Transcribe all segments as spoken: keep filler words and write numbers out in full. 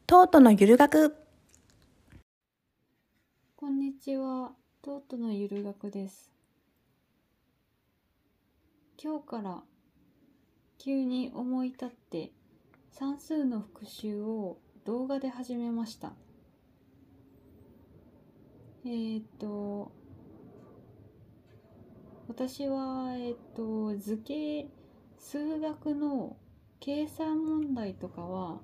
トートのゆる学。 こんにちは、トートのゆる学です。今日から急に思い立って算数の復習を動画で始めました。えー、っと私はえー、っと図形数学の計算問題とかは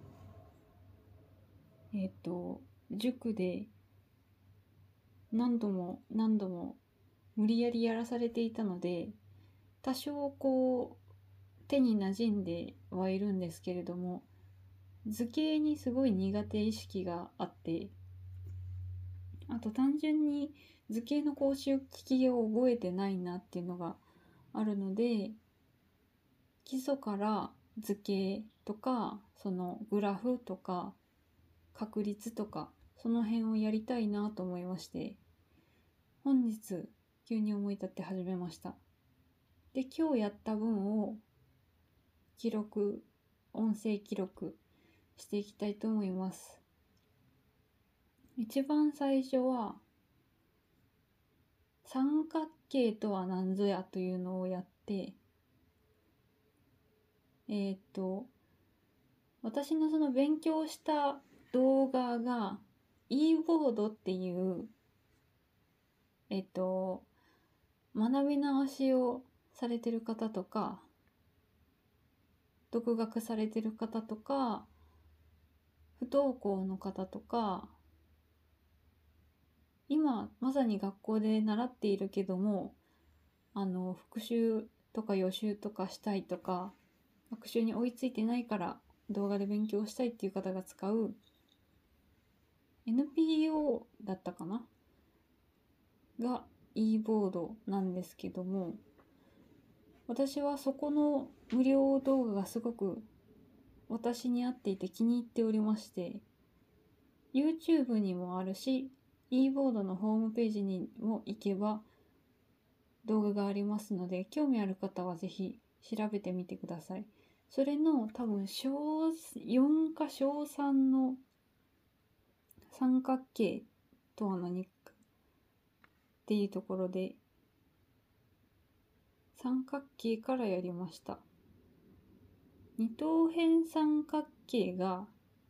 えー、っと塾で何度も何度も無理やりやらされていたので、多少こう手に馴染んではいるんですけれども、図形にすごい苦手意識があって、あと単純に図形の公式を覚えてないなっていうのがあるので、基礎から図形とかそのグラフとか確率とかその辺をやりたいなと思いまして、本日急に思い立って始めました。で、今日やった分を記録音声記録していきたいと思います。一番最初は三角形とは何ぞやというのをやって、えー、っと私のその勉強した動画が e ボードっていうえっと学び直しをされてる方とか独学されてる方とか不登校の方とか、今まさに学校で習っているけどもあの復習とか予習とかしたいとか、学習に追いついてないから動画で勉強したいっていう方が使う エヌピーオー だったかなが e ボードなんですけども、私はそこの無料動画がすごく私に合っていて気に入っておりまして、 YouTube にもあるし e ボードのホームページにも行けば動画がありますので、興味ある方はぜひ調べてみてください。それの多分小よんか小さんの三角形とは何かっていうところで三角形からやりました。二等辺三角形が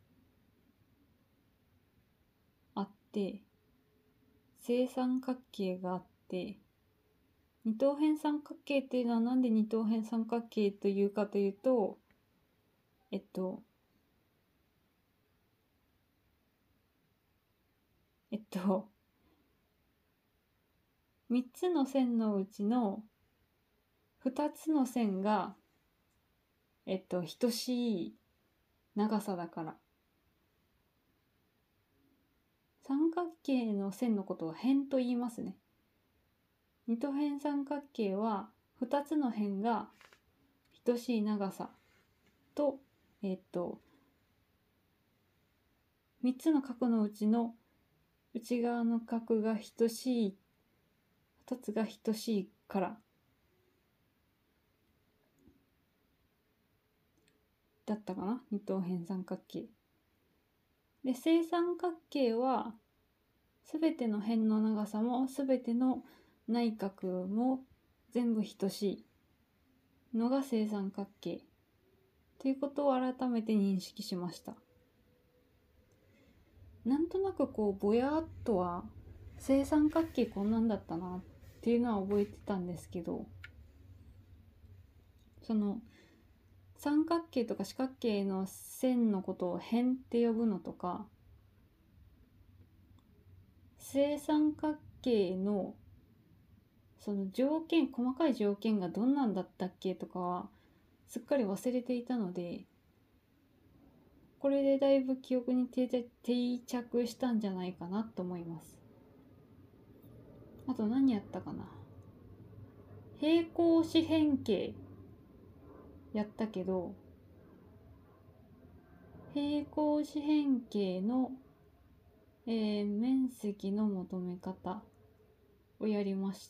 あって、正三角形があって、二等辺三角形っていうのはなんで二等辺三角形というかというと、えっとえっとみっつの線のうちのふたつの線がえっと等しい長さだから。三角形の線のことを辺と言いますね。二等辺三角形はふたつの辺が等しい長さと、えっとみっつの角のうちの内側の角が等しい、ふたつが等しいからだったかな、二等辺三角形で。正三角形はすべての辺の長さもすべての内角も全部等しいのが正三角形ということを改めて認識しました。なんとなくこうぼやっとは正三角形こんなんだったなっていうのは覚えてたんですけど、その三角形とか四角形の線のことを辺って呼ぶのとか、正三角形のその条件、細かい条件がどんなんだったっけとかはすっかり忘れていたので、これでだいぶ記憶に定着したんじゃないかなと思います。あと何やったかな、平行四辺形やったけど、平行四辺形の、えー、面積の求め方をやりました。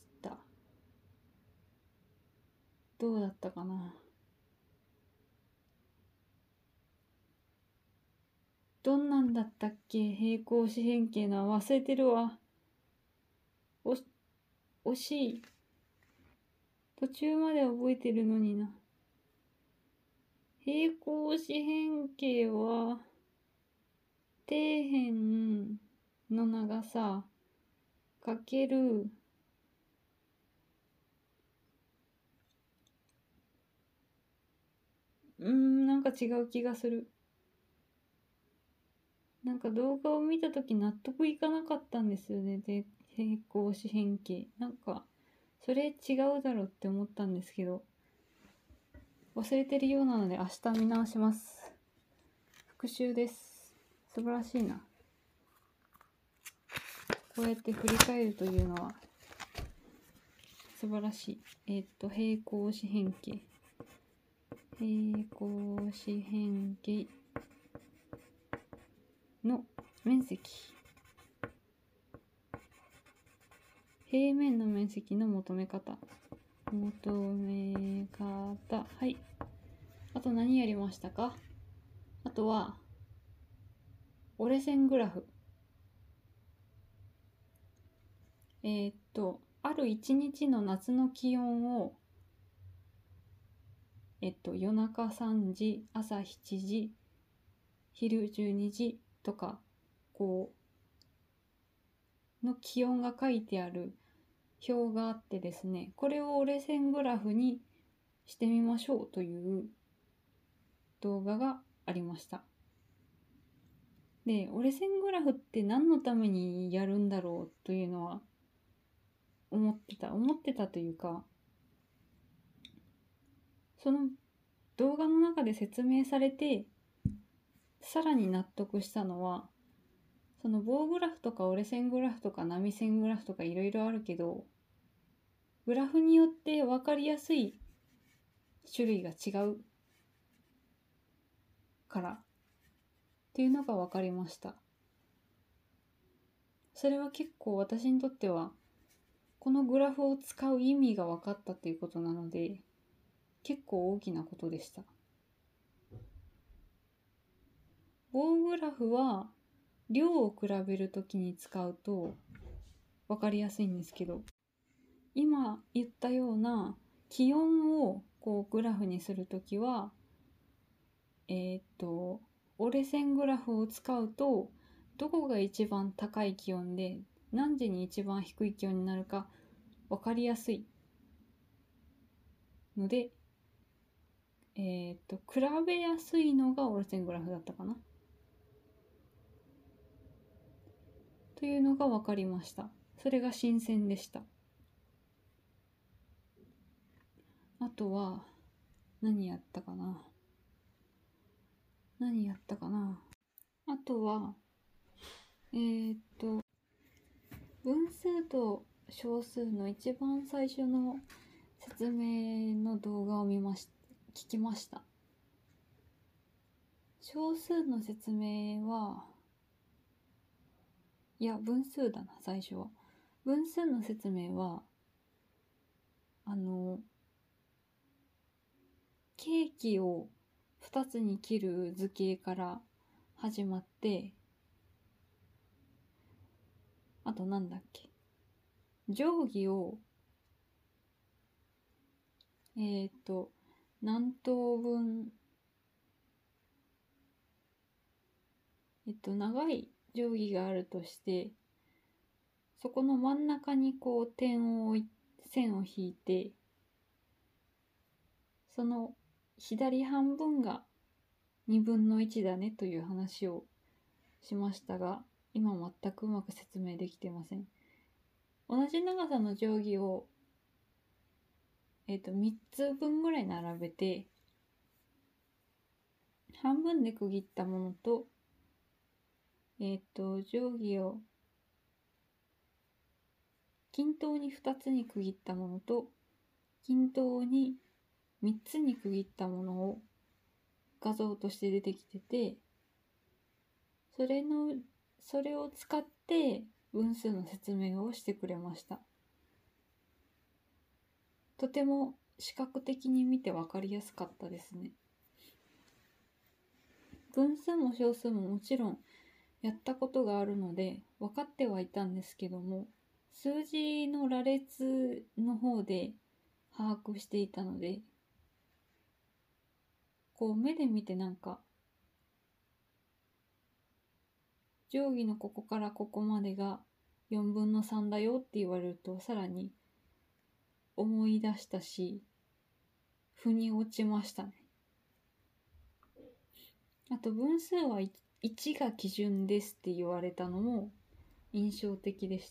どうだったかな。 どんなんだったっけ、平行四辺形の忘れてるわ。お、惜しい。途中まで覚えてるのにな。平行四辺形は、底辺の長さかけるうーん、なんか違う気がする。なんか動画を見たとき納得いかなかったんですよね。で、平行四辺形。なんか、それ違うだろうって思ったんですけど、忘れてるようなので明日見直します。復習です。素晴らしいな。こうやって振り返るというのは素晴らしい。えーっと、平行四辺形。平行四辺形の面積。平面の面積の求め方。求め方。はい。あと何やりましたか？あとは、折れ線グラフ。えーっと、ある一日の夏の気温を、えっと、夜中さんじ、朝しちじ、昼じゅうにじとか、こう、の気温が書いてある表があってですね、これを折れ線グラフにしてみましょうという動画がありました。で、折れ線グラフって何のためにやるんだろうというのは思ってた、思ってたというか、その動画の中で説明されて、さらに納得したのは、その棒グラフとか折れ線グラフとか波線グラフとかいろいろあるけど、グラフによって分かりやすい種類が違うからっていうのが分かりました。それは結構私にとってはこのグラフを使う意味が分かったということなので、結構大きなことでした。棒グラフは量を比べるときに使うと分かりやすいんですけど、今言ったような気温をこうグラフにするときは、えー、っと折れ線グラフを使うと、どこが一番高い気温で何時に一番低い気温になるか分かりやすいので、えー、っと比べやすいのが折れ線グラフだったかなというのが分かりました。それが新鮮でした。あとは何やったかな何やったかなあとはえー、っと分数と小数の一番最初の説明の動画を見まし聞きました。小数の説明はいや分数だな。最初は分数の説明はあのケーキをふたつに切る図形から始まって、あとなんだっけ定規をえっと何等分えっと長い定規があるとして、そこの真ん中にこう点を置い線を引いて、その左半分がにぶんのいちだねという話をしましたが、今全くうまく説明できてません。同じ長さの定規をえっとみっつぶんぐらい並べて、半分で区切ったものと、えっと定規を均等にふたつに区切ったものと、均等にみっつに区切ったものを画像として出てきてて、それのそれを使って分数の説明をしてくれました。とても視覚的に見て分かりやすかったですね。 分数も小数ももちろんやったことがあるので分かってはいたんですけども、数字の羅列の方で把握していたので、こう目で見てなんか定規のここからここまでがよんぶんのさんだよって言われるとさらに思い出したし、腑に落ちましたね。あと分数はいちが基準ですって言われたのも印象的でした。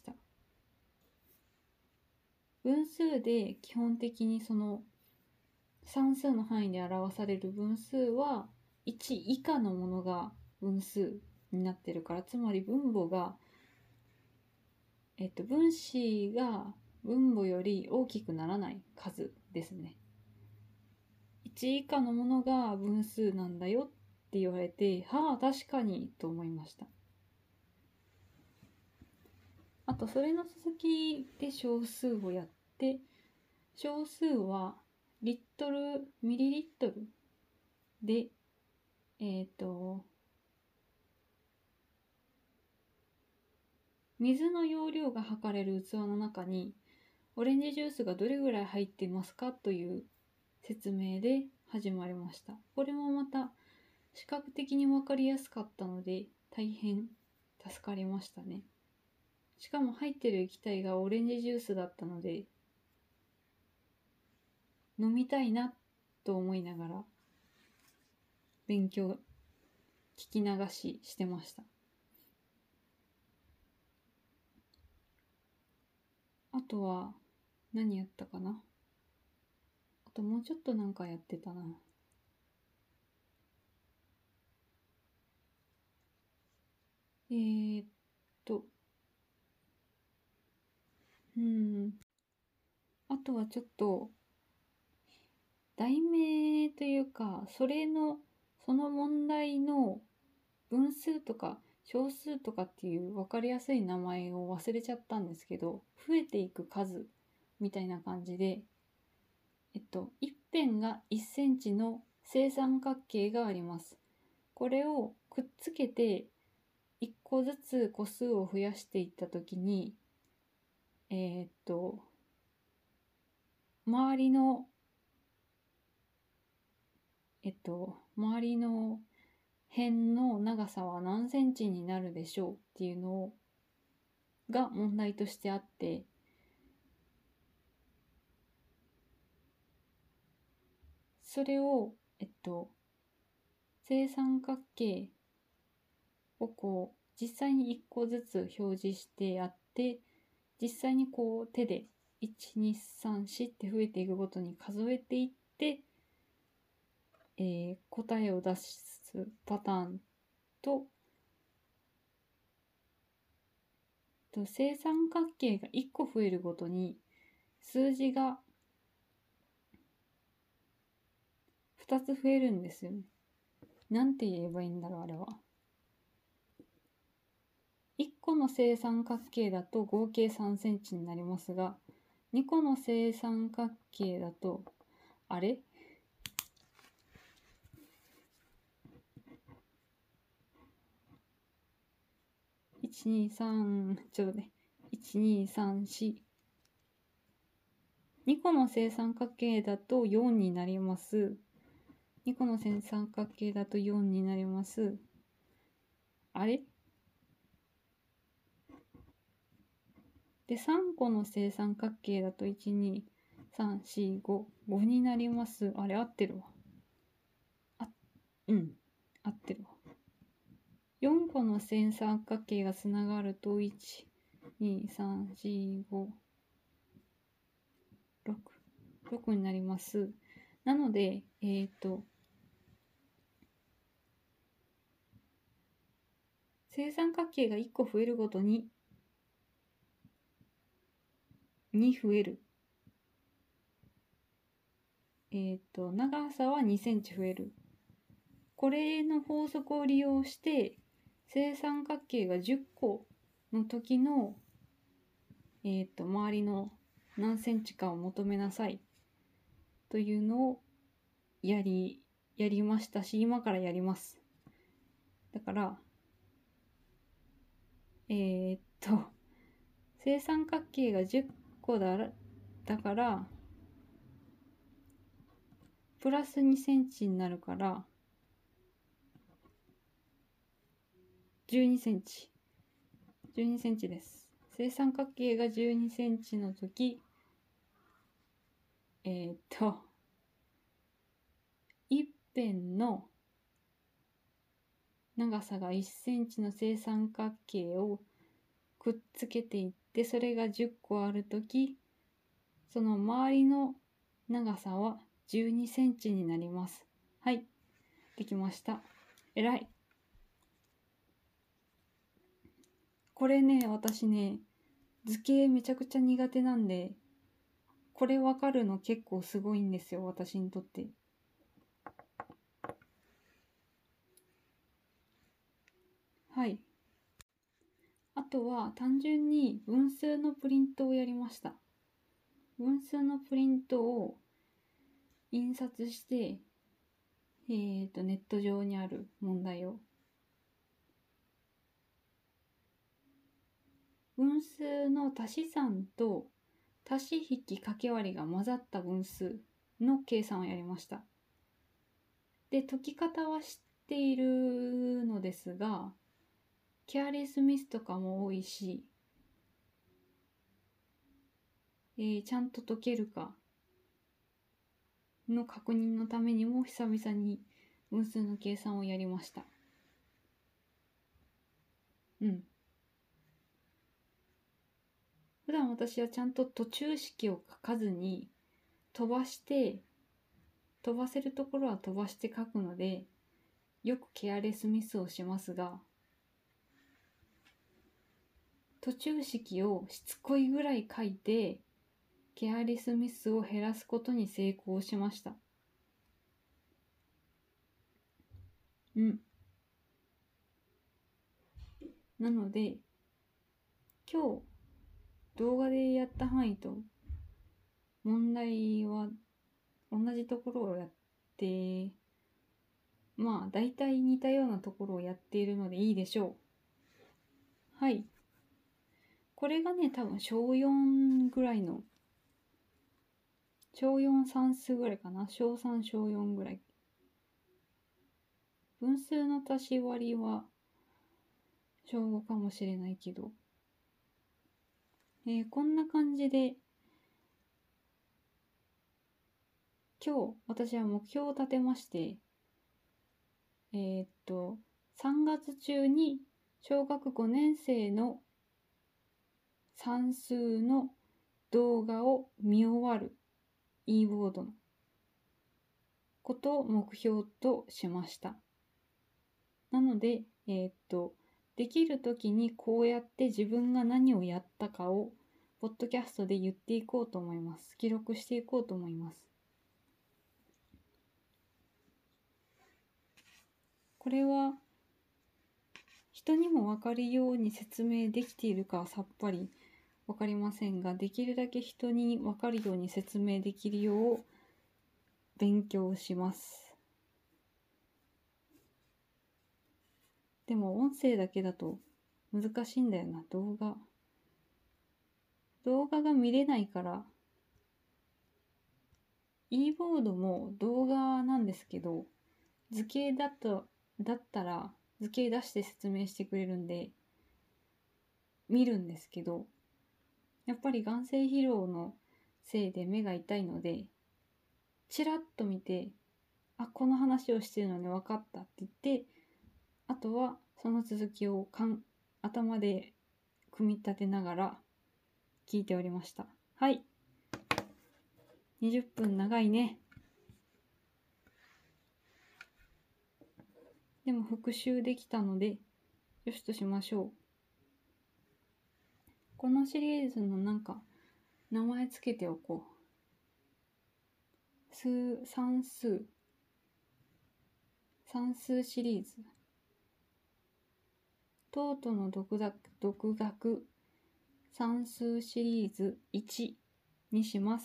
分数で基本的にその算数の範囲で表される分数はいち以下のものが分数になってるから、つまり分母が、えっと、分子が分母より大きくならない数ですね。いち以下のものが分数なんだよって言われて、はあ確かにと思いました。あとそれの続きで小数をやって、小数はリットルミリリットルでえっと水の容量が測れる器の中にオレンジジュースがどれぐらい入っていますかという説明で始まりました。これもまた視覚的に分かりやすかったので大変助かりましたね。しかも入ってる液体がオレンジジュースだったので飲みたいなと思いながら勉強聞き流ししてました。あとは何やったかな。あともうちょっとなんかやってたな。えー、っとうんあとはちょっと題名というか、それのその問題の分数とか小数とかっていう分かりやすい名前を忘れちゃったんですけど、増えていく数みたいな感じで、えっと一辺がいちセンチの正三角形があります。これをくっつけていっこずつ個数を増やしていったときに、えー、っと周りのえっと周りの辺の長さは何センチになるでしょうっていうのが問題としてあって、それをえっと正三角形をこう実際にいっこずつ表示してやって、実際にこう手でいちにさんしって増えていくごとに数えていって、えー、答えを出すパターンと、と正三角形がいっこ増えるごとに数字がふたつ増えるんですよね。なんて言えばいいんだろうあれは。いっこの正三角形だと合計さんセンチになりますが、にこの正三角形だと、あれいちにさんちょうねいちにさんしにこの正三角形だとよんになります。にこの正三角形だとよんになります。あれでさんこの正三角形だといちにさんしご ごになります。あれ合ってるわ。あうん合ってるわ。よんこの正三角形がつながるといちにさんしごろく ろくになります。なのでえっと正三角形がいっこ増えるごとにに増える。えっと長さはにセンチ増える。これの法則を利用して正三角形がじゅっこの時のえっと周りの何センチかを求めなさいというのをやりやりましたし、今からやります。 だからえー、っと正三角形がじゅっこだだからプラスにセンチになるからじゅうにセンチじゅうにセンチです。正三角形がじゅうにセンチの時、えー、っと一辺の長さがいっセンチの正三角形をくっつけていって、それがじゅっこある時、その周りの長さはじゅうにセンチになります。はい、できました。えらい。これね、私ね、図形めちゃくちゃ苦手なんで、これわかるの結構すごいんですよ、私にとって。はい。あとは単純に分数のプリントをやりました。分数のプリントを印刷して、えーと、ネット上にある問題を。分数の足し算と足し引き掛け割りが混ざった分数の計算をやりました。で、解き方は知っているのですが、ケアレスミスとかも多いし、えー、ちゃんと解けるかの確認のためにも久々に分数の計算をやりました。うん。普段私はちゃんと途中式を書かずに飛ばして飛ばせるところは飛ばして書くので、よくケアレスミスをしますが、途中式をしつこいぐらい書いてケアレスミスを減らすことに成功しました。うん。なので今日動画でやった範囲と問題は同じところをやって、まあ大体似たようなところをやっているのでいいでしょう。はい。これがね、多分小よんぐらいの、小よん算数ぐらいかな。小さん、小よんぐらい。分数の足し割りは小ごかもしれないけど、えー、こんな感じで今日私は目標を立てまして、えー、っとさんがつ中に小学ごねん生の算数の動画を見終わる e ボードのことを目標としました。なので、えー、っとできる時にこうやって自分が何をやったかをポッドキャストで言っていこうと思います。記録していこうと思います。これは人にも分かるように説明できているかはさっぱり分かりませんが、できるだけ人に分かるように説明できるよう勉強します。でも音声だけだと難しいんだよな。動画動画が見れないから、 e ボードも動画なんですけど、図形だとだったら図形出して説明してくれるんで見るんですけど、やっぱり眼精疲労のせいで目が痛いので、チラッと見て、あ、この話をしてるのね、分かったって言って、あとはその続きをかん頭で組み立てながら聞いておりました。はい。にじゅっぷん長いね。でも復習できたので、よしとしましょう。このシリーズのなんか名前つけておこう。数、算数。算数シリーズ。トートの独学、独学算数シリーズいちにします。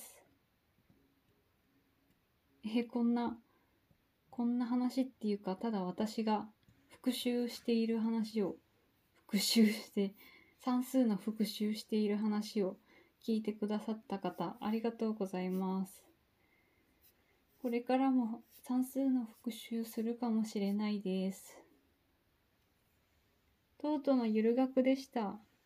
えー、こんな、こんな話っていうか、ただ私が復復習している話を、復習して、算数の復習している話を聞いてくださった方、ありがとうございます。これからも算数の復習するかもしれないです。とうとうのゆる学でした。